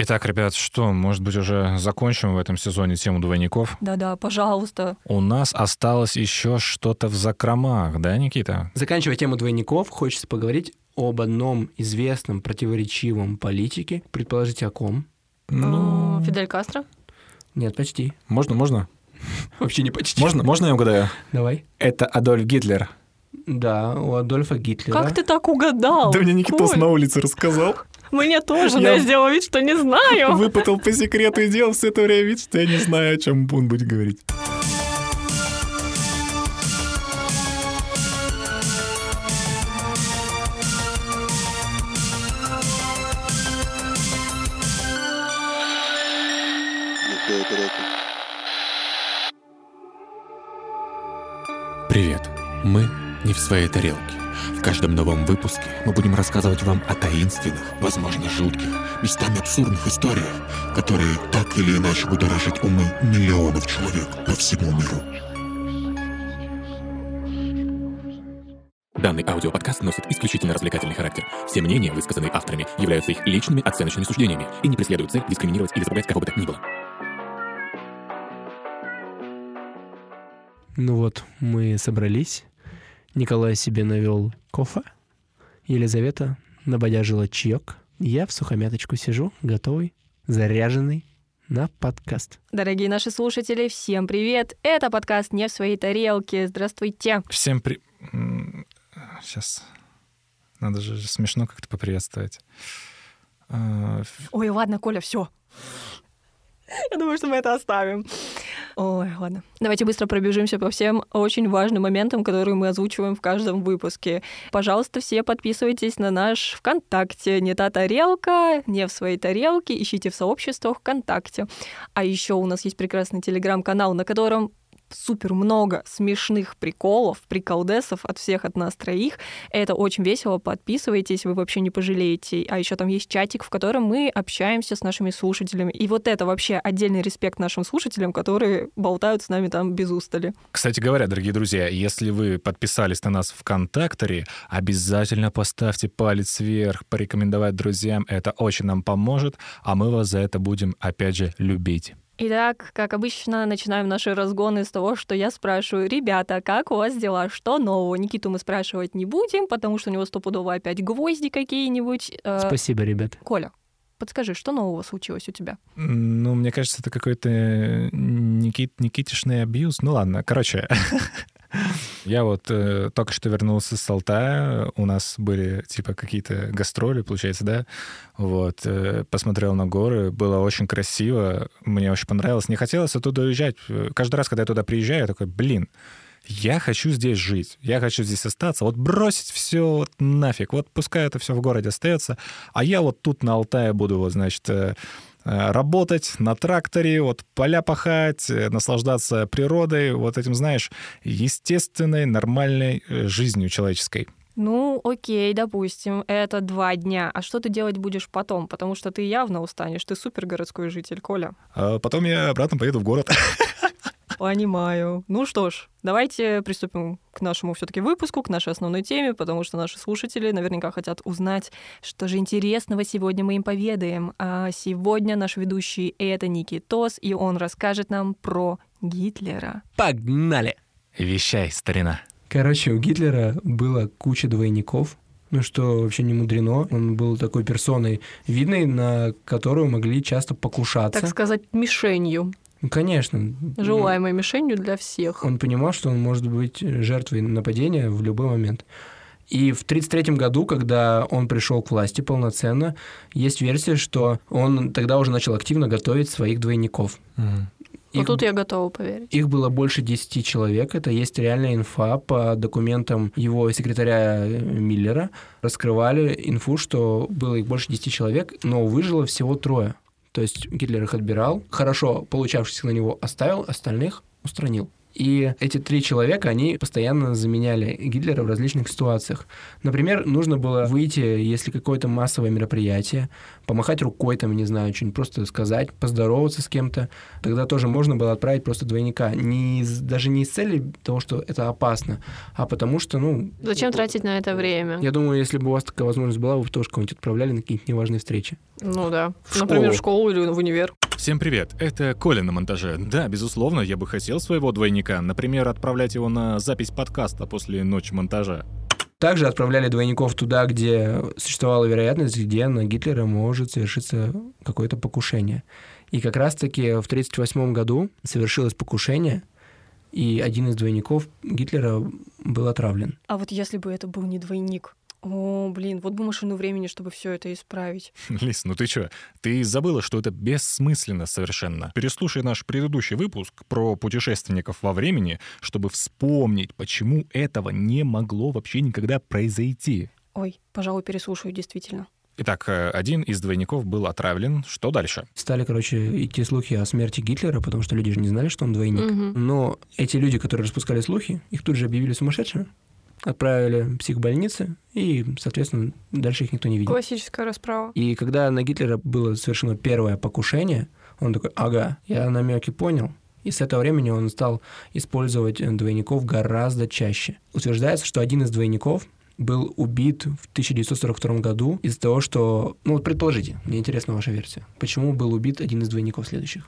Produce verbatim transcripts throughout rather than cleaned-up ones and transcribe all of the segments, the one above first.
Итак, ребят, что, может быть, уже закончим в этом сезоне тему двойников? Да-да, пожалуйста. У нас осталось еще что-то в закромах, да, Никита? Заканчивая тему двойников, хочется поговорить об одном известном противоречивом политике. Предположите, о ком? Ну... Фидель Кастро? Нет, почти. Можно, можно? Вообще не почти. Можно, можно я угадаю? Давай. Это Адольф Гитлер. Да, у Адольфа Гитлера. Как ты так угадал? Да мне Никитос Коль. на улице рассказал. Мне тоже, но Я я сделала вид, что не знаю. Выпытал по секрету и делал все это время вид, что я не знаю, о чем он будет говорить. Привет, мы не в своей тарелке. В каждом новом выпуске мы будем рассказывать вам о таинственных, возможно, жутких, местами абсурдных историях, которые так или иначе будоражат умы миллионов человек по всему миру. Данный аудиоподкаст носит исключительно развлекательный характер. Все мнения, высказанные авторами, являются их личными оценочными суждениями и не преследуют цель дискриминировать или запугать кого бы то ни было. Ну вот, мы собрались. Николай себе навел кофе. Елизавета набодяжила чаек. Я в сухомяточку сижу, готовый, заряженный на подкаст. Дорогие наши слушатели, всем привет! Это подкаст «Не в своей тарелке». Здравствуйте. Всем при... Сейчас. Надо же смешно как-то поприветствовать. Ой, ладно, Коля, все. Я думаю, что мы это оставим. Ой, ладно. Давайте быстро пробежимся по всем очень важным моментам, которые мы озвучиваем в каждом выпуске. Пожалуйста, все подписывайтесь на наш ВКонтакте. Не та тарелка, не в своей тарелке. Ищите в сообществах ВКонтакте. А еще у нас есть прекрасный телеграм-канал, на котором супер много смешных приколов, приколдесов от всех, от нас троих. Это очень весело, подписывайтесь, вы вообще не пожалеете. А еще там есть чатик, в котором мы общаемся с нашими слушателями. И вот это вообще отдельный респект нашим слушателям, которые болтают с нами там без устали. Кстати говоря, дорогие друзья, если вы подписались на нас в ВКонтакте, обязательно поставьте палец вверх, порекомендовать друзьям. Это очень нам поможет, а мы вас за это будем, опять же, любить. Итак, как обычно, начинаем наши разгоны с того, что я спрашиваю: ребята, как у вас дела? Что нового? Никиту мы спрашивать не будем, потому что у него стопудово опять гвозди какие-нибудь. Спасибо, ребят. Коля, подскажи, что нового случилось у тебя? Ну, мне кажется, это какой-то Никит, никитишный абьюз. Ну ладно, короче... Я вот э, только что вернулся с Алтая, у нас были типа какие-то гастроли, получается, да? Вот, э, посмотрел на горы, было очень красиво, мне очень понравилось. Не хотелось оттуда уезжать. Каждый раз, когда я туда приезжаю, я такой, блин, я хочу здесь жить, я хочу здесь остаться, вот бросить все вот нафиг, вот пускай это все в городе остается, а я вот тут на Алтае буду, вот, значит... Э, работать на тракторе, вот поля пахать, наслаждаться природой, вот этим, знаешь, естественной, нормальной жизнью человеческой. Ну, окей, допустим, это два дня. А что ты делать будешь потом? Потому что ты явно устанешь, ты супергородской житель, Коля. А потом я обратно поеду в город. Понимаю. Ну что ж, давайте приступим к нашему все-таки выпуску, к нашей основной теме, потому что наши слушатели наверняка хотят узнать, что же интересного сегодня мы им поведаем. А сегодня наш ведущий — это Никитос, и он расскажет нам про Гитлера. Погнали! Вещай, старина. Короче, у Гитлера было куча двойников, ну что вообще не мудрено. Он был такой персоной видной, на которую могли часто покушаться. Так сказать, мишенью. Ну, конечно. Желаемой мишенью для всех. Он понимал, что он может быть жертвой нападения в любой момент. И в тридцать третьем году, когда он пришел к власти полноценно, есть версия, что он тогда уже начал активно готовить своих двойников. Угу. Вот Их, тут я готова поверить. Их было больше десяти человек. Это есть реальная инфа по документам его секретаря Миллера. Раскрывали инфу, что было их больше десяти человек, но выжило всего трое. То есть Гитлер их отбирал, хорошо получавшихся на него оставил, остальных устранил. И эти три человека, они постоянно заменяли Гитлера в различных ситуациях. Например, нужно было выйти, если какое-то массовое мероприятие, помахать рукой, там, не знаю, что-нибудь просто сказать, поздороваться с кем-то. Тогда тоже можно было отправить просто двойника. Не из, даже не из цели того, что это опасно, а потому что, ну... Зачем тратить на это время? Я думаю, если бы у вас такая возможность была, вы бы тоже кого-нибудь отправляли на какие-нибудь неважные встречи. Ну да. В Например, школу. в школу или в универ. Всем привет, это Коля на монтаже. Да, безусловно, я бы хотел своего двойника, например, отправлять его на запись подкаста после ночи монтажа. Также отправляли двойников туда, где существовала вероятность, где на Гитлера может совершиться какое-то покушение. И как раз-таки в тридцать восьмом году совершилось покушение, и один из двойников Гитлера был отравлен. А вот если бы это был не двойник? О, блин, вот бы машину времени, чтобы все это исправить. Лиз, ну ты чё? Ты забыла, что это бессмысленно совершенно. Переслушай наш предыдущий выпуск про путешественников во времени, чтобы вспомнить, почему этого не могло вообще никогда произойти. Ой, пожалуй, переслушаю, действительно. Итак, один из двойников был отравлен. Что дальше? Стали, короче, идти слухи о смерти Гитлера, потому что люди же не знали, что он двойник. Угу. Но эти люди, которые распускали слухи, их тут же объявили сумасшедшими, отправили в психбольницы, и, соответственно, дальше их никто не видел. Классическая расправа. И когда на Гитлера было совершено первое покушение, он такой: ага, я намеки понял. И с этого времени он стал использовать двойников гораздо чаще. Утверждается, что один из двойников был убит в тысяча девятьсот сорок втором году из-за того, что... Ну вот предположите, мне интересна ваша версия. Почему был убит один из двойников следующих?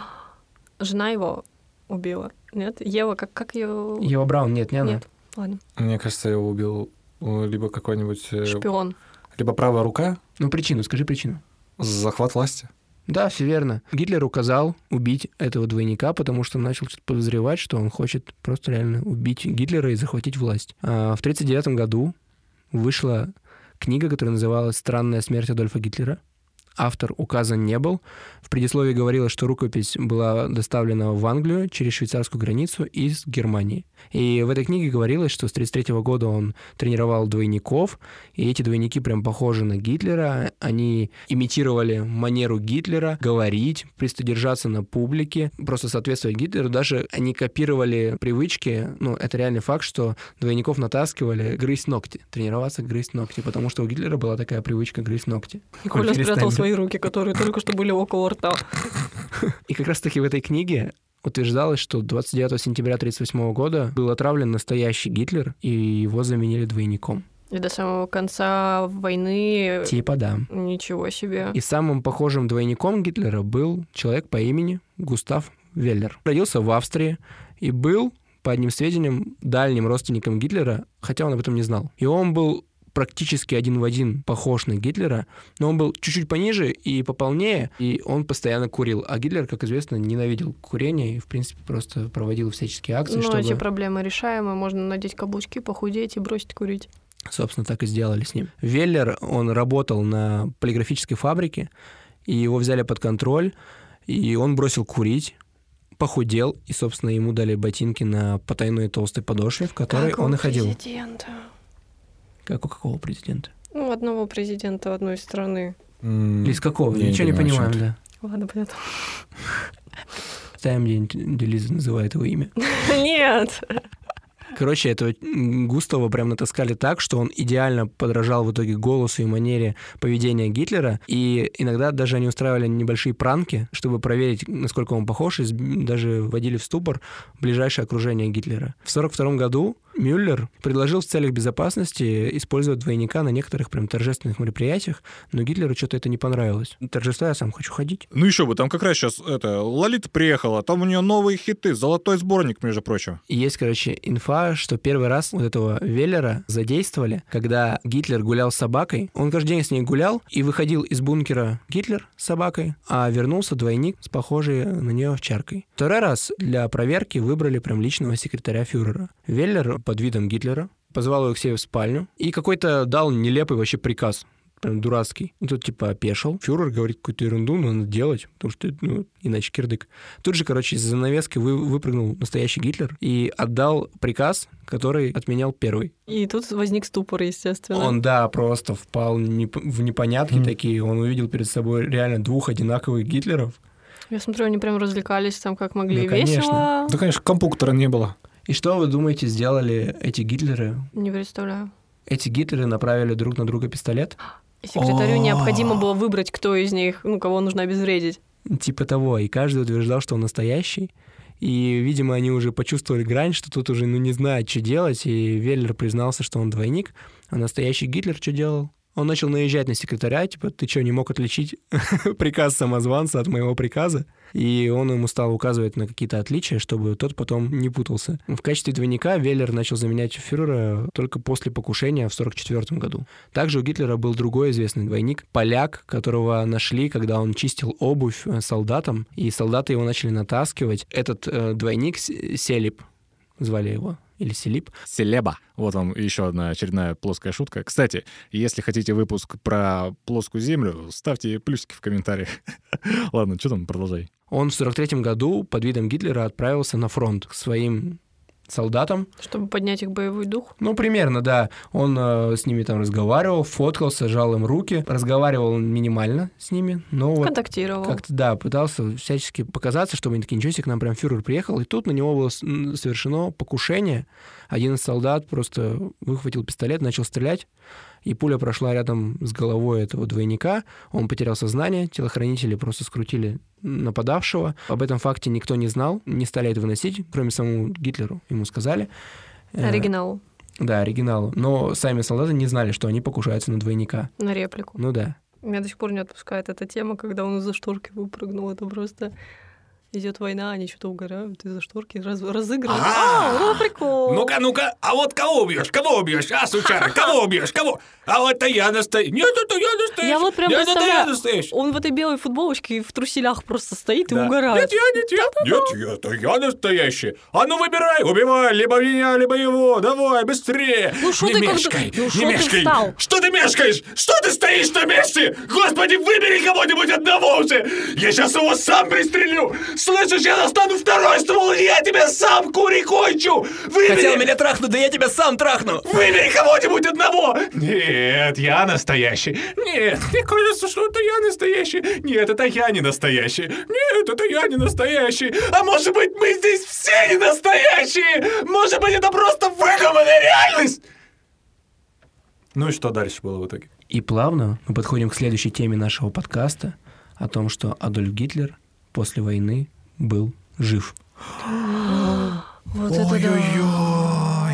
Жена его убила. Нет? Ева, как, как ее... Ева Браун, нет, не она. Нет, ладно. Мне кажется, его убил либо какой-нибудь... Шпион. Либо правая рука, Ну причину, скажи причину. захват власти. Да, все верно. Гитлер указал убить этого двойника, потому что начал что-то подозревать, что он хочет просто реально убить Гитлера и захватить власть. А в тридцать девятом году вышла книга, которая называлась «Странная смерть Адольфа Гитлера». Автор указан не был. В предисловии говорилось, что рукопись была доставлена в Англию через швейцарскую границу из Германии. И в этой книге говорилось, что с тридцать третьего года он тренировал двойников, и эти двойники прям похожи на Гитлера. Они имитировали манеру Гитлера говорить, пристодержаться на публике, просто соответствовать Гитлеру. Даже они копировали привычки. Ну, это реальный факт, что двойников натаскивали грызть ногти, тренироваться грызть ногти, потому что у Гитлера была такая привычка грызть ногти. И Коля спрятал свои руки, которые только что были около рта. И как раз-таки в этой книге утверждалось, что двадцать девятого сентября тысяча девятьсот тридцать восьмого года был отравлен настоящий Гитлер, и его заменили двойником. И до самого конца войны... Типа да. Ничего себе. И самым похожим двойником Гитлера был человек по имени Густав Веллер. Родился в Австрии и был, по одним сведениям, дальним родственником Гитлера, хотя он об этом не знал. И он был практически один в один похож на Гитлера, но он был чуть-чуть пониже и пополнее, и он постоянно курил. А Гитлер, как известно, ненавидел курение и, в принципе, просто проводил всяческие акции, Ну, чтобы... эти проблемы решаемы. Можно надеть каблучки, похудеть и бросить курить. Собственно, так и сделали с ним. Веллер, он работал на полиграфической фабрике, и его взяли под контроль, и он бросил курить, похудел, и, собственно, ему дали ботинки на потайной толстой подошве, в которой как он у и ходил. президента. Как у какого президента? Ну, одного президента одной страны. Или с какого? Я не Ничего не понимаю, о понимаем, чём да. Ладно, понятно. Ставим где-нибудь, где Лиза называет его имя. Нет. Короче, этого Густава прям натаскали так, что он идеально подражал в итоге голосу и манере поведения Гитлера, и иногда даже они устраивали небольшие пранки, чтобы проверить, насколько он похож, и даже вводили в ступор ближайшее окружение Гитлера. В сорок втором году Мюллер предложил в целях безопасности использовать двойника на некоторых прям торжественных мероприятиях, но Гитлеру что-то это не понравилось. Торжества я сам хочу ходить. Ну еще бы, там как раз сейчас это, Лолита приехала, там у нее новые хиты, золотой сборник, между прочим. И есть, короче, инфа, что первый раз вот этого Веллера задействовали, когда Гитлер гулял с собакой. Он каждый день с ней гулял, и выходил из бункера Гитлер с собакой, а вернулся двойник с похожей на нее овчаркой. Второй раз для проверки выбрали прям личного секретаря фюрера. Веллер под видом Гитлера позвал его к себе в спальню и какой-то дал нелепый вообще приказ. Прям дурацкий. И тут типа опешил. Фюрер говорит какую-то ерунду, но надо делать, потому что ну, иначе кирдык. Тут же, короче, из занавески вы, выпрыгнул настоящий Гитлер и отдал приказ, который отменял первый. И тут возник ступор, естественно. Он, да, просто впал в непонятки Mm. такие. Он увидел перед собой реально двух одинаковых Гитлеров. Я смотрю, они прям развлекались там как могли. Ну, конечно. Весело. Да, конечно, компьютера не было. И что вы думаете, сделали эти Гитлеры? Не представляю. Эти Гитлеры направили друг на друга пистолет? И секретарю О. необходимо было выбрать, кто из них, ну, кого нужно обезвредить. Типа того. И каждый утверждал, что он настоящий. И, видимо, они уже почувствовали грань, что тут уже ну, не знают, что делать. И Веллер признался, что он двойник. А настоящий Гитлер что делал? Он начал наезжать на секретаря, типа, ты что, не мог отличить приказ самозванца от моего приказа? И он ему стал указывать на какие-то отличия, чтобы тот потом не путался. В качестве двойника Веллер начал заменять фюрера только после покушения в сорок четвёртом году. Также у Гитлера был другой известный двойник, поляк, которого нашли, когда он чистил обувь солдатам, и солдаты его начали натаскивать. Этот э, двойник, Селип, звали его, или Селип. Селеба. Вот вам еще одна очередная плоская шутка. Кстати, если хотите выпуск про плоскую землю, ставьте плюсики в комментариях. Ладно, что там, продолжай. Он в сорок третьем году под видом Гитлера отправился на фронт к своим солдатам. Чтобы поднять их боевой дух. Ну, примерно, да. Он э, с ними там разговаривал, фоткался, жал им руки. Разговаривал минимально с ними, но вот Контактировал. как-то, да, пытался всячески показаться, чтобы они такие, ничего себе, к нам прям фюрер приехал. И тут на него было совершено покушение. Один из солдат просто выхватил пистолет, начал стрелять, и пуля прошла рядом с головой этого двойника. Он потерял сознание, телохранители просто скрутили нападавшего. Об этом факте никто не знал, не стали это выносить, кроме самому Гитлеру. Ему сказали. Оригиналу. Да, оригиналу. Но сами солдаты не знали, что они покушаются на двойника. На реплику. Ну да. Меня до сих пор не отпускает эта тема, когда он из-за шторки выпрыгнул. Это просто... Идет война, они что-то угорают из-за шторки, раз, разыгрывают. А, ну прикол. Ну-ка, ну-ка, а вот кого убьешь? Кого убьешь? А, сучара, кого убьешь? Кого? А вот это я настоящий. Нет, это я настоящий. Я вот прям Нет, это я представляю, настоящий. он в этой белой футболочке и в труселях просто стоит и Да. угорает. Нет, я, нет, я. Нет, это я настоящий. А ну выбирай, убивай, либо меня, либо его. Давай, быстрее. Ну шо не ты как-то- мешкай, ну не шо ты мешкай. встал? Что ты мешкаешь? Что ты стоишь на месте? Господи, выбери кого-нибудь одного уже. Я сейчас его сам пристрелю. Слышишь, я достану второй ствол, и я тебя сам кури кончу. Выбери. Хотел меня трахнуть, да я тебя сам трахну! Выбери кого-нибудь одного! Нет, я настоящий. Нет, мне кажется, что это я настоящий. Нет, это я не настоящий. Нет, это я не настоящий. А может быть, мы здесь все не настоящие? Может быть, это просто выдуманная реальность? Ну и что дальше было в итоге? И плавно мы подходим к следующей теме нашего подкаста о том, что Адольф Гитлер после войны был жив. Вот это да.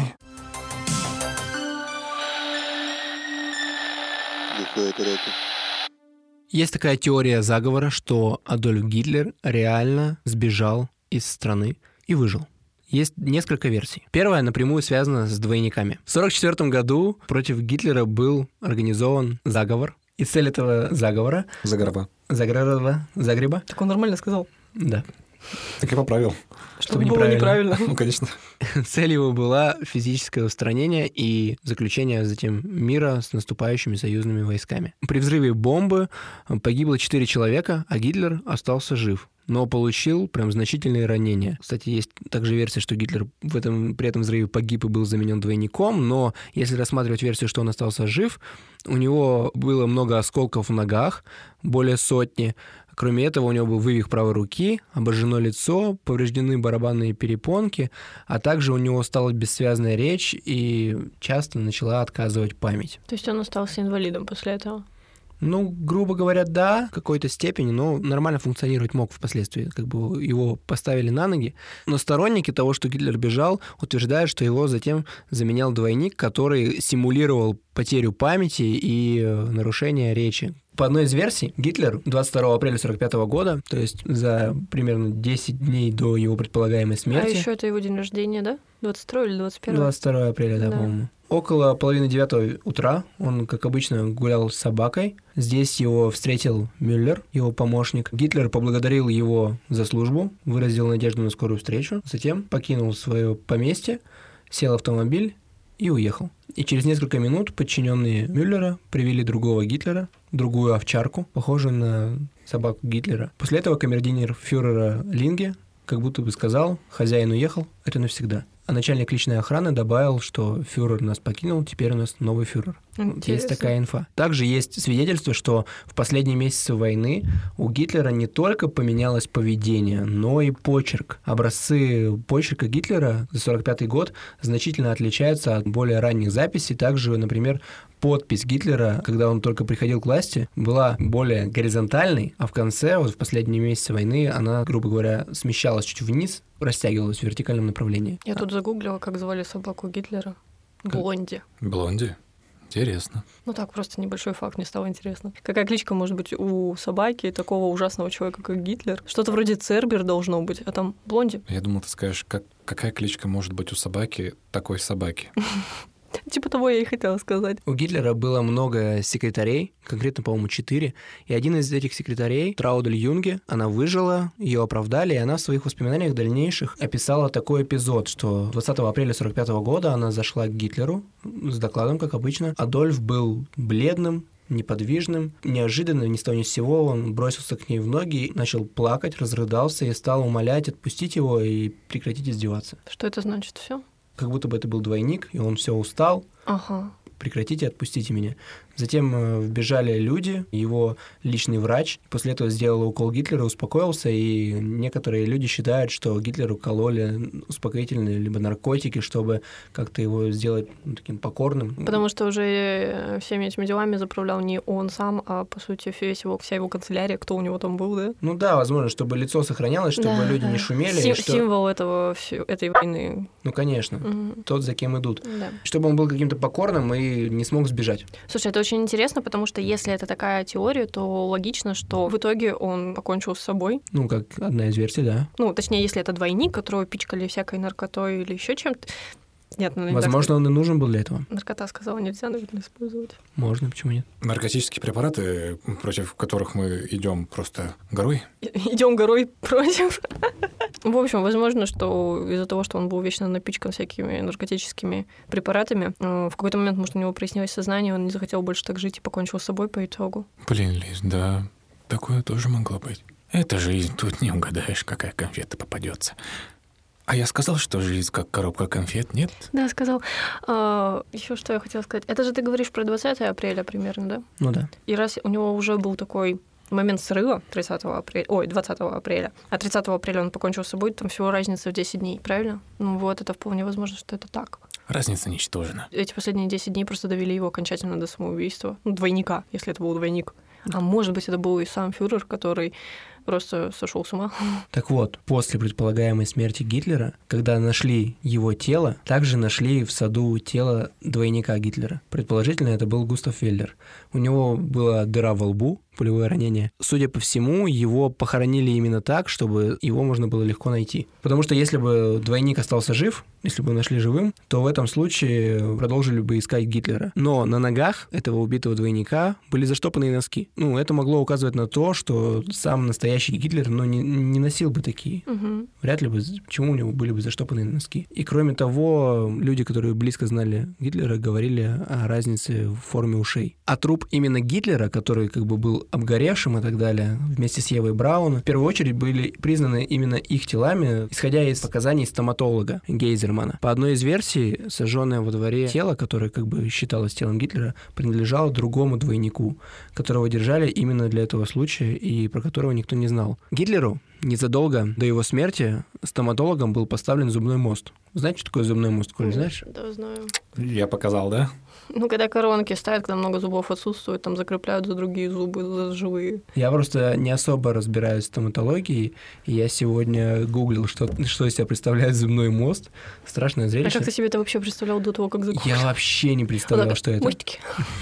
Есть такая теория заговора, что Адольф Гитлер реально сбежал из страны и выжил. Есть несколько версий. Первая напрямую связана с двойниками. В сорок четвёртом году против Гитлера был организован заговор. И цель этого заговора... Заграба. Загреба... Загреба? Так он нормально сказал. Да. Так я поправил. Чтобы Чтобы было неправильно. неправильно. Ну, конечно. Цель его была физическое устранение и заключение затем мира с наступающими союзными войсками. При взрыве бомбы погибло четыре человека, а Гитлер остался жив, но получил прям значительные ранения. Кстати, есть также версия, что Гитлер в этом, при этом взрыве погиб и был заменен двойником, но если рассматривать версию, что он остался жив, у него было много осколков в ногах, более сотни. Кроме этого, у него был вывих правой руки, обожжено лицо, повреждены барабанные перепонки, а также у него стала бессвязная речь и часто начала отказывать память. То есть он остался инвалидом после этого? Ну, грубо говоря, да, в какой-то степени, но нормально функционировать мог впоследствии. Как бы его поставили на ноги. Но сторонники того, что Гитлер бежал, утверждают, что его затем заменял двойник, который симулировал потерю памяти и нарушение речи. По одной из версий, Гитлер двадцать второго апреля сорок пятого года, то есть за примерно десять дней до его предполагаемой смерти... А еще это его день рождения, да? двадцать второго или двадцать первого? двадцать второго апреля, да, Да. по-моему. Около половины девятого утра он, как обычно, гулял с собакой. Здесь его встретил Мюллер, его помощник. Гитлер поблагодарил его за службу, выразил надежду на скорую встречу. Затем покинул свое поместье, сел в автомобиль и уехал. И через несколько минут подчиненные Мюллера привели другого Гитлера, другую овчарку, похожую на собаку Гитлера. После этого камердинер фюрера Линге как будто бы сказал: «Хозяин уехал, это навсегда». А начальник личной охраны добавил, что фюрер нас покинул, теперь у нас новый фюрер. Интересно. Есть такая инфа. Также есть свидетельство, что в последние месяцы войны у Гитлера не только поменялось поведение, но и почерк. Образцы почерка Гитлера за сорок пятый год значительно отличаются от более ранних записей. Также, например, подпись Гитлера, когда он только приходил к власти, была более горизонтальной, а в конце, вот в последние месяцы войны, она, грубо говоря, смещалась чуть вниз, растягивалась в вертикальном направлении. Я тут загуглила, как звали собаку Гитлера. Блонди. Блонди? Интересно. Ну так, просто небольшой факт, мне стало интересно. Какая кличка может быть у собаки такого ужасного человека, как Гитлер? Что-то вроде Цербер должно быть, а там Блонди. Я думал, ты скажешь, как, какая кличка может быть у собаки такой собаки? Типа того я и хотела сказать. У Гитлера было много секретарей, конкретно, по-моему, четыре. И один из этих секретарей, Траудель Юнге, она выжила, ее оправдали, и она в своих воспоминаниях дальнейших описала такой эпизод, что двадцатого апреля сорок пятого года она зашла к Гитлеру с докладом, как обычно. Адольф был бледным, неподвижным. Неожиданно, ни с того ни с сего, он бросился к ней в ноги, начал плакать, разрыдался и стал умолять отпустить его и прекратить издеваться. Что это значит? Все? Как будто бы это был двойник, и он все устал. Ага. Прекратите, отпустите меня. Затем э, вбежали люди, его личный врач. После этого сделал укол Гитлера, успокоился, и некоторые люди считают, что Гитлеру кололи успокоительные либо наркотики, чтобы как-то его сделать ну, таким покорным. Потому что уже всеми этими делами заправлял не он сам, а, по сути, весь его, вся его канцелярия, кто у него там был, да? Ну да, возможно, чтобы лицо сохранялось, чтобы Да, люди да. не шумели. Сим- что... Символ этого, всё- этой войны. Ну, конечно. Мгм. Тот, за кем идут. Да. Чтобы он был каким-то покорным и не смог сбежать. Слушай, это очень интересно, потому что если это такая теория, то логично, что в итоге он покончил с собой. Ну, как одна из версий, да. Ну, точнее, если это двойник, которого пичкали всякой наркотой или еще чем-то. Нет, ну, не так Возможно, он и нужен был для этого. сказать. Наркота сказала, нельзя, наверное, использовать. Можно, почему нет? Наркотические препараты, против которых мы идем просто горой? Идем горой против. В общем, возможно, что из-за того, что он был вечно напичкан всякими наркотическими препаратами, э, в какой-то момент, может, у него прояснилось сознание, он не захотел больше так жить и покончил с собой по итогу. Блин, Лиз, да, такое тоже могло быть. Это жизнь, тут не угадаешь, какая конфета попадется. А я сказал, что жизнь как коробка конфет, нет? Да, сказал. А, еще что я хотела сказать. Это же ты говоришь про двадцатое апреля примерно, да? Ну да. И раз у него уже был такой момент срыва тридцатого апреля, ой, двадцатого апреля, а тридцатого апреля он покончил с собой, там всего разница в десять дней, правильно? Ну вот, это вполне возможно, что это так. Разница ничтожна. Эти последние десять дней просто довели его окончательно до самоубийства. Ну, двойника, если это был двойник. А может быть, это был и сам фюрер, который просто сошел с ума. Так вот, после предполагаемой смерти Гитлера, когда нашли его тело, также нашли в саду тело двойника Гитлера. Предположительно, это был Густав Веллер. У него была дыра во лбу, пулевое ранение. Судя по всему, его похоронили именно так, чтобы его можно было легко найти. Потому что если бы двойник остался жив, если бы его нашли живым, то в этом случае продолжили бы искать Гитлера. Но на ногах этого убитого двойника были заштопанные носки. Ну, это могло указывать на то, что сам настоящий Гитлер, ну, не, не носил бы такие. Угу. Вряд ли бы, почему у него были бы заштопанные носки. И кроме того, люди, которые близко знали Гитлера, говорили о разнице в форме ушей. А труп именно Гитлера, который как бы был обгоревшим и так далее, вместе с Евой Браун, в первую очередь были признаны именно их телами, исходя из показаний стоматолога Гейзермана. По одной из версий, сожженное во дворе тело, которое как бы считалось телом Гитлера, принадлежало другому двойнику, которого держали именно для этого случая и про которого никто не знал. Гитлеру незадолго до его смерти стоматологом был поставлен зубной мост. Знаете, что такое зубной мост, Коль, знаешь? Да, знаю. Я показал, да? Ну, когда коронки ставят, когда много зубов отсутствует, там закрепляют за другие зубы, за живые. Я просто не особо разбираюсь в стоматологии, и я сегодня гуглил, что, что из себя представляет зубной мост. Страшное А зрелище. как ты себе это вообще представлял до того, как загуглить? Я вообще не представлял, что это. Мостики,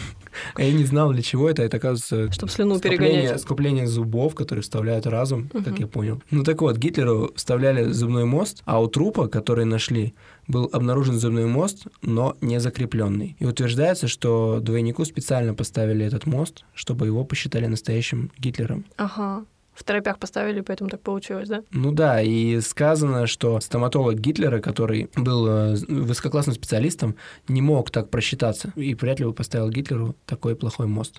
А я не знал, для чего это. Это, оказывается, чтобы слюну скопление, перегонять. скопление зубов, которые вставляют разум, как Мгм. я понял. Ну так вот, Гитлеру вставляли зубной мост, а у трупа, который нашли, был обнаружен зубной мост, но не закрепленный. И утверждается, что двойнику специально поставили этот мост, чтобы его посчитали настоящим Гитлером. Ага. В торопях поставили, поэтому так получилось, да? Ну да, и сказано, что стоматолог Гитлера, который был э, высококлассным специалистом, не мог так просчитаться, и вряд ли бы поставил Гитлеру такой плохой мост.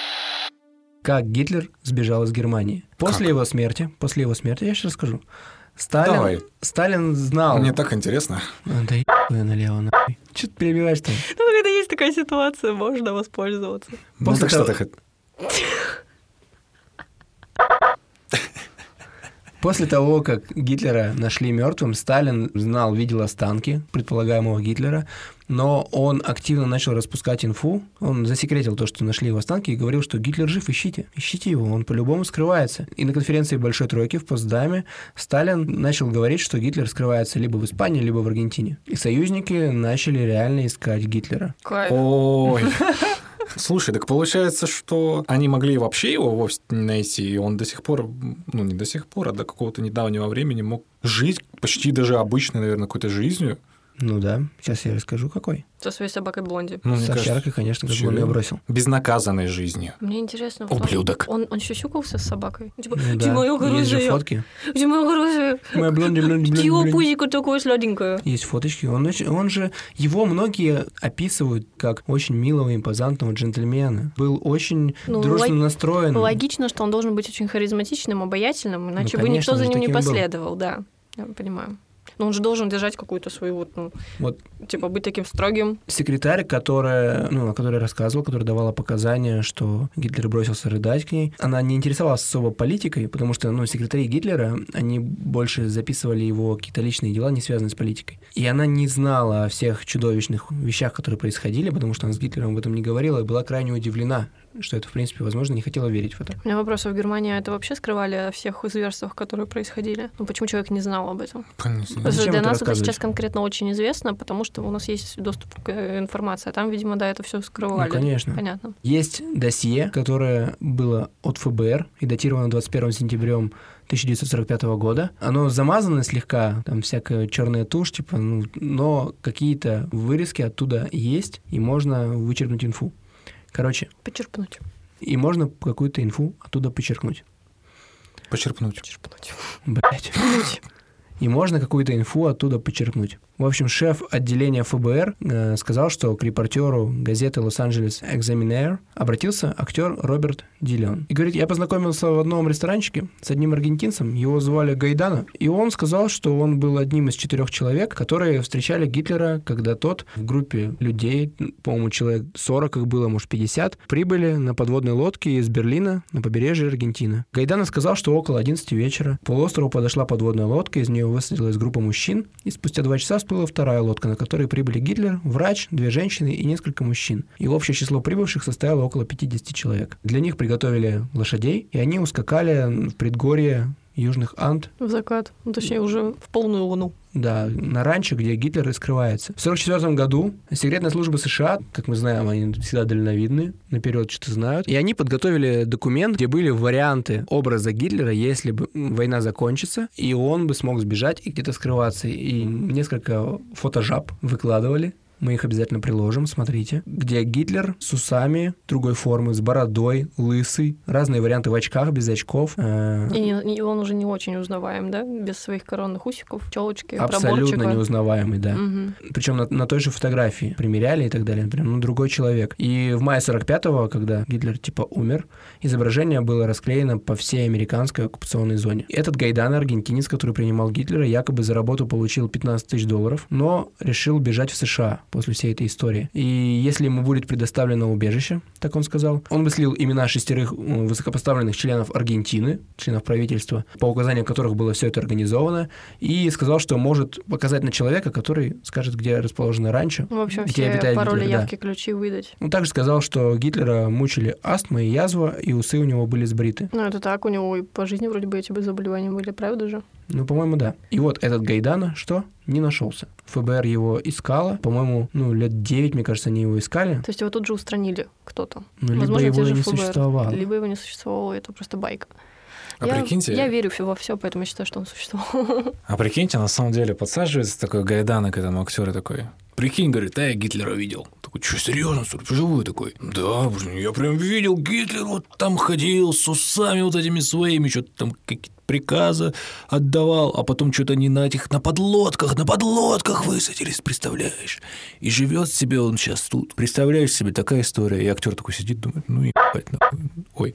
Как Гитлер сбежал из Германии? После Как? его смерти, после его смерти, я сейчас расскажу. Сталин, Давай. Сталин знал... Мне так интересно. А, да ебаный налево, нахуй. Че ты перебиваешь-то? Ну, когда есть такая ситуация, можно воспользоваться. Ну, После так что того- ты хот- После того, как Гитлера нашли мертвым, Сталин знал, видел останки предполагаемого Гитлера, но он активно начал распускать инфу. Он засекретил то, что нашли его останки, и говорил, что Гитлер жив, ищите, ищите его, он по-любому скрывается. И на конференции Большой Тройки в Потсдаме Сталин начал говорить, что Гитлер скрывается либо в Испании, либо в Аргентине. И союзники начали реально искать Гитлера. Кайф. Ой. Слушай, так получается, что они могли вообще его вовсе не найти, и он до сих пор, ну, не до сих пор, а до какого-то недавнего времени мог жить почти даже обычной, наверное, какой-то жизнью. Ну да, сейчас я расскажу, какой. Со своей собакой Блонди. Ну, мне С кажется, овчаркой, конечно, как бы чё? он ее бросил. Безнаказанной жизнью. Мне интересно, вот Ублюдок. Он, он, он сюсюкался с собакой? Типа, Ну где да, моё есть же хорошее? фотки. Где моё хорошее? Моя блонди, блонди, блонди, Его блонди. пузико такое сладенькое. Есть фоточки. Он, очень- он же... Его многие описывают как очень милого, импозантного джентльмена. Был очень Ну, дружно лог- настроен. Логично, что он должен быть очень харизматичным, обаятельным, иначе бы конечно, никто он за же ним не таким был. последовал, да. Я понимаю. Но он же должен держать какую-то свою вот, ну, Вот типа, быть таким строгим. секретарь, которая, ну, о которой рассказывала, которая давала показания, что Гитлер бросился рыдать к ней, она не интересовалась особо политикой, потому что, ну, секретари Гитлера, они больше записывали его какие-то личные дела, не связанные с политикой. И она не знала о всех чудовищных вещах, которые происходили, потому что она с Гитлером об этом не говорила, и была крайне удивлена, что это, в принципе, возможно, не хотела верить в это. У меня вопрос, а в Германии это вообще скрывали о всех зверствах, которые происходили? Ну, почему человек не знал об этом? Понятно. Потому что Зачем для это нас это рассказывать? сейчас конкретно очень известно, потому что у нас есть доступ к э, информации, а там, видимо, да, это все скрывали. Ну, конечно. Понятно. Есть досье, которое было от ФБР и датировано двадцать первым сентября тысяча девятьсот сорок пятого года. Оно замазано слегка, там всякая черная тушь, типа, ну, но какие-то вырезки оттуда есть, и можно вычеркнуть инфу. Короче, Почерпнуть. и можно какую-то инфу оттуда почеркнуть. Почерпнуть. Почерпнуть. Блять. И можно какую-то инфу оттуда почерпнуть. В общем, шеф отделения ФБР э, сказал, что к репортеру газеты «Лос-Анджелес Экзаminер» обратился актер Роберт Диллион. И говорит, я познакомился в одном ресторанчике с одним аргентинцем, его звали Гайдана, и он сказал, что он был одним из четырех человек, которые встречали Гитлера, когда тот в группе людей, по-моему, человек сорок их было, может, пятьдесят, прибыли на подводной лодке из Берлина на побережье Аргентины. Гайдана сказал, что около одиннадцати вечера к полуострову подошла подводная лодка, из нее высадилась группа мужчин, и спустя два часа всплыла вторая лодка, на которой прибыли Гитлер, врач, две женщины и несколько мужчин. И общее число прибывших составило около пятидесяти человек. Для них приготовили лошадей, и они ускакали в предгорье Южных Анд, В закат. Ну, точнее, уже в полную луну. да, на ранчо, где Гитлер и скрывается. В сорок четвёртом году секретная служба США, как мы знаем, они всегда дальновидны, наперед что-то знают, и они подготовили документ, где были варианты образа Гитлера, если бы война закончится, и он бы смог сбежать и где-то скрываться. И несколько фотожаб выкладывали. Мы их обязательно приложим, смотрите. Где Гитлер с усами другой формы, с бородой, лысый, разные варианты в очках, без очков. э, И, не- и он уже не очень узнаваем, да? Без своих коронных усиков, челочки, Абсолютно проборчика. неузнаваемый, да. Мгм. Причем на, на той же фотографии примеряли и так далее, например, ну, другой человек. И в мае сорок пятого, когда Гитлер типа умер, изображение было расклеено по всей американской оккупационной зоне. Этот Гайдана, аргентинец, который принимал Гитлера, якобы за работу получил пятнадцать тысяч долларов, но решил бежать в США после всей этой истории. И если ему будет предоставлено убежище, так он сказал, он бы слил имена шестерых э, высокопоставленных членов Аргентины, членов правительства, по указаниям которых было все это организовано, и сказал, что может показать на человека, который скажет, где расположено ранчо. В общем, где все обитает пароли, Гитлер, да. явки, ключи выдать. Он также сказал, что Гитлера мучили астма и язва, и усы у него были сбриты. Ну, это так, у него и по жизни вроде бы эти бы заболевания были, правда же? Ну, по-моему, да. И вот этот Гайдана, что? Не нашелся. ФБР его искала. По-моему, ну, лет девять, мне кажется, они его искали. То есть его тут же устранили кто-то. Ну, либо Возможно, его те и же не ФБР. существовало. Либо его не существовало, это просто байка. А я, прикиньте... я верю во все, поэтому я считаю, что он существовал. А прикиньте, на самом деле подсаживается такой Гайдана к этому актеру такой. Прикинь, говорит, да, я Гитлера видел. Такой, что, серьезно, что ли, живой такой? Да, блин, я прям видел, Гитлер вот там ходил с усами вот этими своими, что-то там какие-то приказы отдавал, а потом что-то они на этих, на подлодках, на подлодках высадились, представляешь? И живет себе он сейчас тут. Представляешь себе, такая история. И актер такой сидит, думает, ну ебать, нахуй. Ой.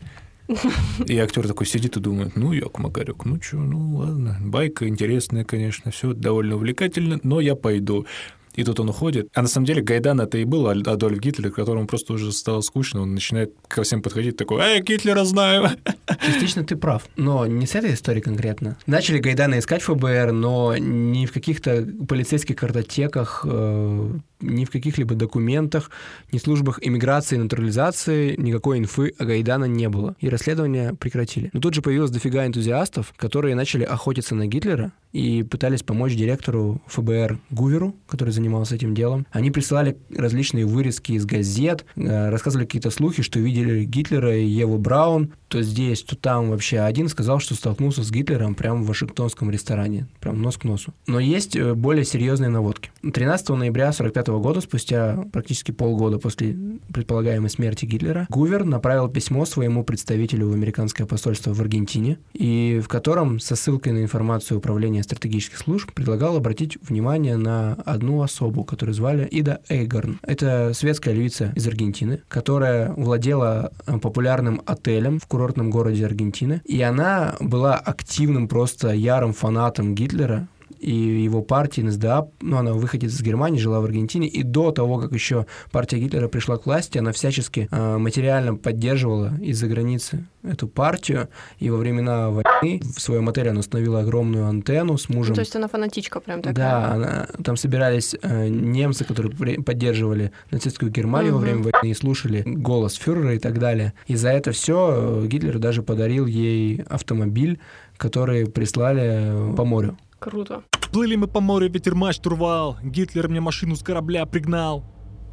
И актер такой сидит и думает, ну, Яков Макарюк, ну что, ну ладно, байка интересная, конечно, все довольно увлекательно, но я пойду. И тут он уходит. А на самом деле Гайдан это и был Адольф Гитлер, которому просто уже стало скучно, он начинает ко всем подходить такой, «Эй, Гитлера знаю!» Частично ты прав, но не с этой историей конкретно. Начали Гайдана искать ФБР, но ни в каких-то полицейских картотеках, э, ни в каких-либо документах, ни в службах иммиграции и натурализации никакой инфы о Гайдана не было. И расследование прекратили. Но тут же появилось дофига энтузиастов, которые начали охотиться на Гитлера и пытались помочь директору ФБР Гуверу, который занимался этим делом. Они присылали различные вырезки из газет, рассказывали какие-то слухи, что видели Гитлера и Еву Браун, то здесь, то там вообще. Один сказал, что столкнулся с Гитлером прямо в вашингтонском ресторане, прям нос к носу. Но есть более серьезные наводки. тринадцатого ноября сорок пятого года, спустя практически полгода после предполагаемой смерти Гитлера, Гувер направил письмо своему представителю в американское посольство в Аргентине, и в котором со ссылкой на информацию Управления стратегических служб предлагал обратить внимание на одну особу, которую звали Ида Эйгорн. Это светская львица из Аргентины, которая владела популярным отелем в курортном городе Аргентины, и она была активным, просто ярым фанатом Гитлера и его партии эн эс дэ а, ну, она выходит из Германии, жила в Аргентине, и до того, как еще партия Гитлера пришла к власти, она всячески э, материально поддерживала из-за границы эту партию, и во времена войны в своем отеле она установила огромную антенну с мужем. Ну, то есть она фанатичка прям такая. Да, она, там собирались э, немцы, которые при, поддерживали нацистскую Германию угу. во время войны и слушали голос фюрера и так далее. И за это все Гитлер даже подарил ей автомобиль, который прислали по морю. Круто. Плыли мы по морю, ветер штурвал, Гитлер мне машину с корабля пригнал.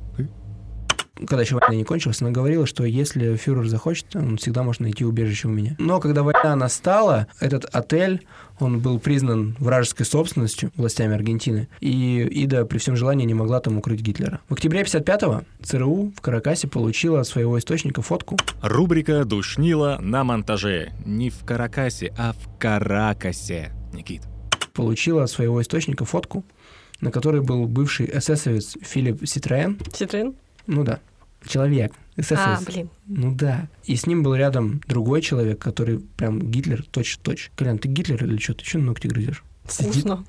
Когда еще война не кончилась, она говорила, что если фюрер захочет, он всегда может найти убежище у меня. Но когда война настала, этот отель, он был признан вражеской собственностью властями Аргентины, и Ида при всем желании не могла там укрыть Гитлера. В октябре пятьдесят пятого ЦРУ в Каракасе получила от своего источника фотку. Рубрика «Душнила» на монтаже. Не в Каракасе, а в Каракасе. Никит. Получила от своего источника фотку, на которой был бывший эсэсовец Филипп Ситроен. Ситроен? Ну да. Человек. эсэсовец. А, блин. Ну да. И с ним был рядом другой человек, который прям Гитлер точь-в-точь. Колян, ты Гитлер или что? Ты что ногти грызешь? Вкусно.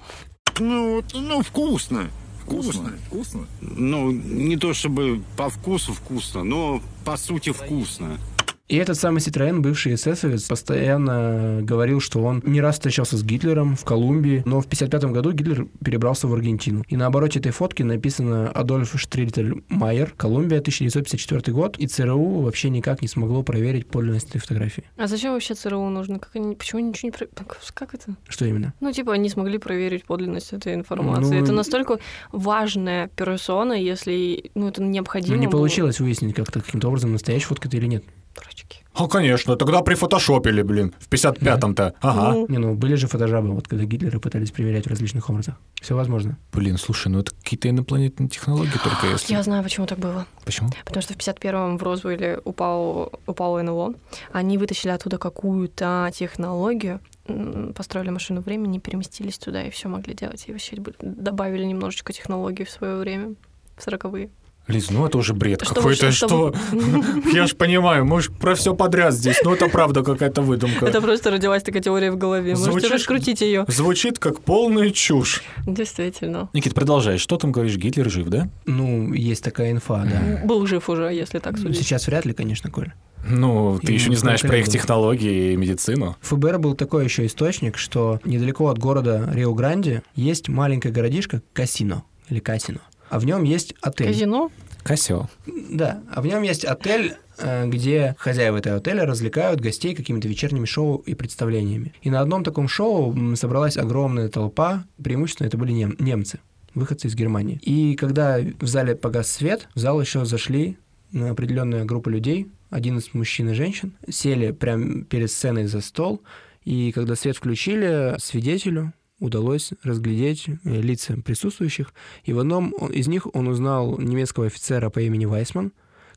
Ну, ну, вкусно. Вкусно. Вкусно? Ну, не то чтобы по вкусу вкусно, но по сути вкусно. И этот самый Ситроен, бывший эсэсовец, постоянно говорил, что он не раз встречался с Гитлером в Колумбии, но в пятьдесят пятом году Гитлер перебрался в Аргентину. И на обороте этой фотки написано «Адольф Штрительмайер, Колумбия, тысяча девятьсот пятьдесят четвёртый год», и ЦРУ вообще никак не смогло проверить подлинность этой фотографии. А зачем вообще ЦРУ нужно? Как они, почему они ничего не... Про... Как это? Что именно? Ну, типа, они смогли проверить подлинность этой информации. Ну, это настолько важная персона, если ну, это необходимо. Ну, не было. Получилось выяснить как-то каким-то образом, настоящая фотка это или нет. Дурачки. А, конечно, тогда прифотошопили, блин, в пятьдесят пятом-то. Ага. Ну. Не, ну были же фотожабы, вот когда Гитлера пытались проверять в различных образах. Все возможно. Блин, слушай, ну это какие-то инопланетные технологии только если... Я знаю, почему так было. Почему? Потому что в пятьдесят первом в Розвилле упал, упало эн эл о. Они вытащили оттуда какую-то технологию, построили машину времени, переместились туда и все могли делать. И вообще добавили немножечко технологий в свое время, в сороковые. Лиз, ну это уже бред Что какой-то, вы- что... что Я ж понимаю, мы ж про все подряд здесь, но это правда какая-то выдумка. Это просто родилась такая теория в голове. Можете Звучит- раскрутить ее. Звучит как полная чушь. Действительно. Никит, продолжай. Что там говоришь, Гитлер жив, да? Ну, есть такая инфа, да. Был жив уже, если так судить. Сейчас вряд ли, конечно, Коль. Ну, ты Ему еще не знаешь про их конкретно. технологии и медицину. ФБР был такой еще источник, что недалеко от города Рио-Гранди есть маленькое городишко Касино, или Касино, а в нем есть отель. Казино? Кассио. Да, а в нем есть отель, э, где хозяева этого отеля развлекают гостей какими-то вечерними шоу и представлениями. И на одном таком шоу м, собралась огромная толпа, преимущественно это были нем- немцы, выходцы из Германии. И когда в зале погас свет, в зал еще зашли на определенная группа людей, одиннадцать мужчин и женщин, сели прямо перед сценой за стол, и когда свет включили, свидетелю удалось разглядеть лица присутствующих, и в одном из них он узнал немецкого офицера по имени Вайсман,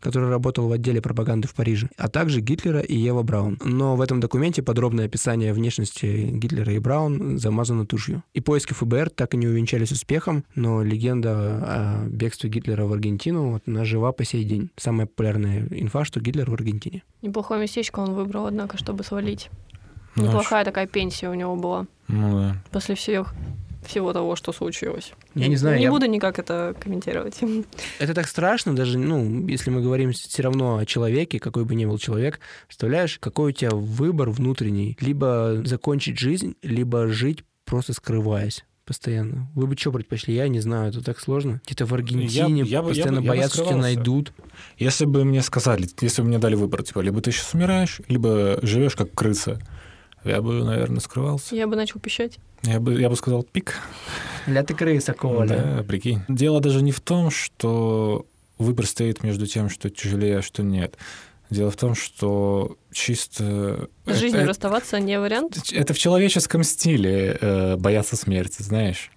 который работал в отделе пропаганды в Париже, а также Гитлера и Ева Браун. Но в этом документе подробное описание внешности Гитлера и Браун замазано тушью. И поиски эф бэ эр так и не увенчались успехом, но легенда о бегстве Гитлера в Аргентину, вот, она жива по сей день. Самая популярная инфа, что Гитлер в Аргентине. Неплохое местечко он выбрал, однако, чтобы свалить. Ну, Неплохая такая пенсия у него была. Ну да. После всех, всего того, что случилось. Я не знаю, Не я... буду никак это комментировать. Это так страшно, даже, ну, если мы говорим все равно о человеке, какой бы ни был человек, представляешь, какой у тебя выбор внутренний? Либо закончить жизнь, либо жить, просто скрываясь постоянно. Вы бы что предпочли? Я не знаю, это так сложно. Где-то в Аргентине Я- я бы- постоянно я бы- я бы боятся, что тебя скрывался. найдут. Если бы мне сказали, если бы мне дали выбор, типа, либо ты сейчас умираешь, либо живешь как крыса, я бы, наверное, скрывался. Я бы начал пищать. Я бы, я бы сказал пик. Ля ты крыса, Коля. Да, прикинь. Дело даже не в том, что выбор стоит между тем, что тяжелее, а что нет. Дело в том, что чисто... С жизнью это, расставаться не вариант. это в человеческом стиле э, бояться смерти, знаешь.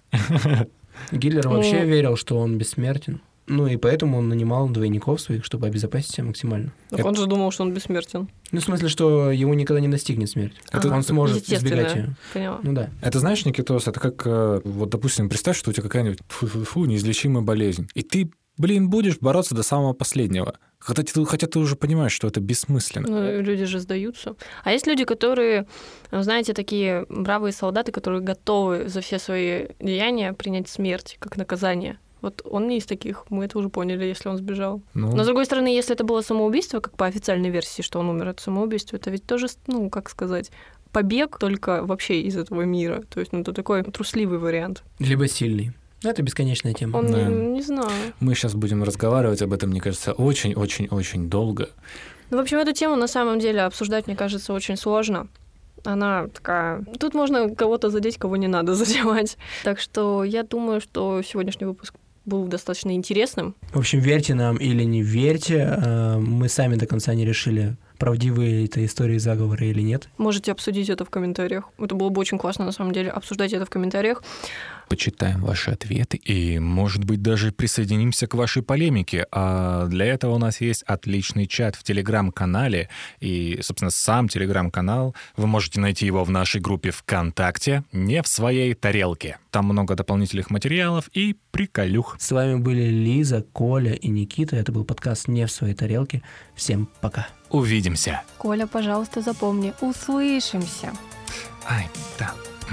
Гитлер Ну. вообще верил, что он бессмертен. Ну и поэтому он нанимал двойников своих, чтобы обезопасить себя максимально. Так Это- он же думал, что он бессмертен. Ну, в смысле, что его никогда не настигнет смерть. Это- он сможет Естественно. избегать ее. Поняла. Ну да. Это, знаешь, Никитос, это как, э, вот, допустим, представь, что у тебя какая-нибудь фу-фу-фу, неизлечимая болезнь. И ты, блин, будешь бороться до самого последнего. Хотя ты, хотя ты уже понимаешь, что это бессмысленно. Ну, люди же сдаются. А есть люди, которые, знаете, такие бравые солдаты, которые готовы за все свои деяния принять смерть как наказание. Вот он не из таких, мы это уже поняли, если он сбежал. Ну, Но, с другой стороны, если это было самоубийство, как по официальной версии, что он умер от самоубийства, это ведь тоже, ну, как сказать, побег только вообще из этого мира. То есть, ну, это такой трусливый вариант. Либо сильный. Ну, это бесконечная тема. Он, Да. не, не знаю. мы сейчас будем разговаривать об этом, мне кажется, очень-очень-очень долго. Ну, в общем, эту тему на самом деле обсуждать, мне кажется, очень сложно. Она такая... Тут можно кого-то задеть, кого не надо задевать. Так что я думаю, что сегодняшний выпуск был достаточно интересным. В общем, верьте нам или не верьте. э, Мы сами до конца не решили, правдивые это истории заговора или нет. Можете обсудить это в комментариях. Это было бы очень классно, на самом деле. Обсуждайте это в комментариях. Почитаем ваши ответы и, может быть, даже присоединимся к вашей полемике. А для этого у нас есть отличный чат в Телеграм-канале. И, собственно, сам Телеграм-канал. Вы можете найти его в нашей группе ВКонтакте «Не в своей тарелке». Там много дополнительных материалов и приколюх. С вами были Лиза, Коля и Никита. Это был подкаст «Не в своей тарелке». Всем пока. Увидимся. Коля, пожалуйста, запомни. Услышимся. Ай, да.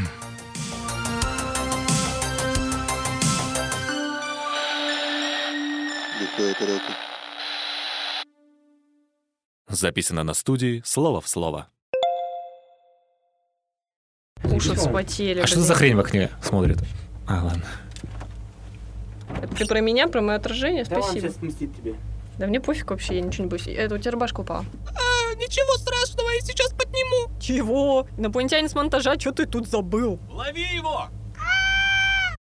Записано на студии «Слово в слово». Уши вспотели. А что за хрень в окне смотрит? А, ладно. Это ты про меня, про мое отражение? Спасибо. отмстит тебе. Да мне пофиг вообще, я ничего не боюсь. Это у тебя рубашка упала. А, ничего страшного, я сейчас подниму. Чего? Инопланетянин с монтажа, что ты тут забыл? Лови его!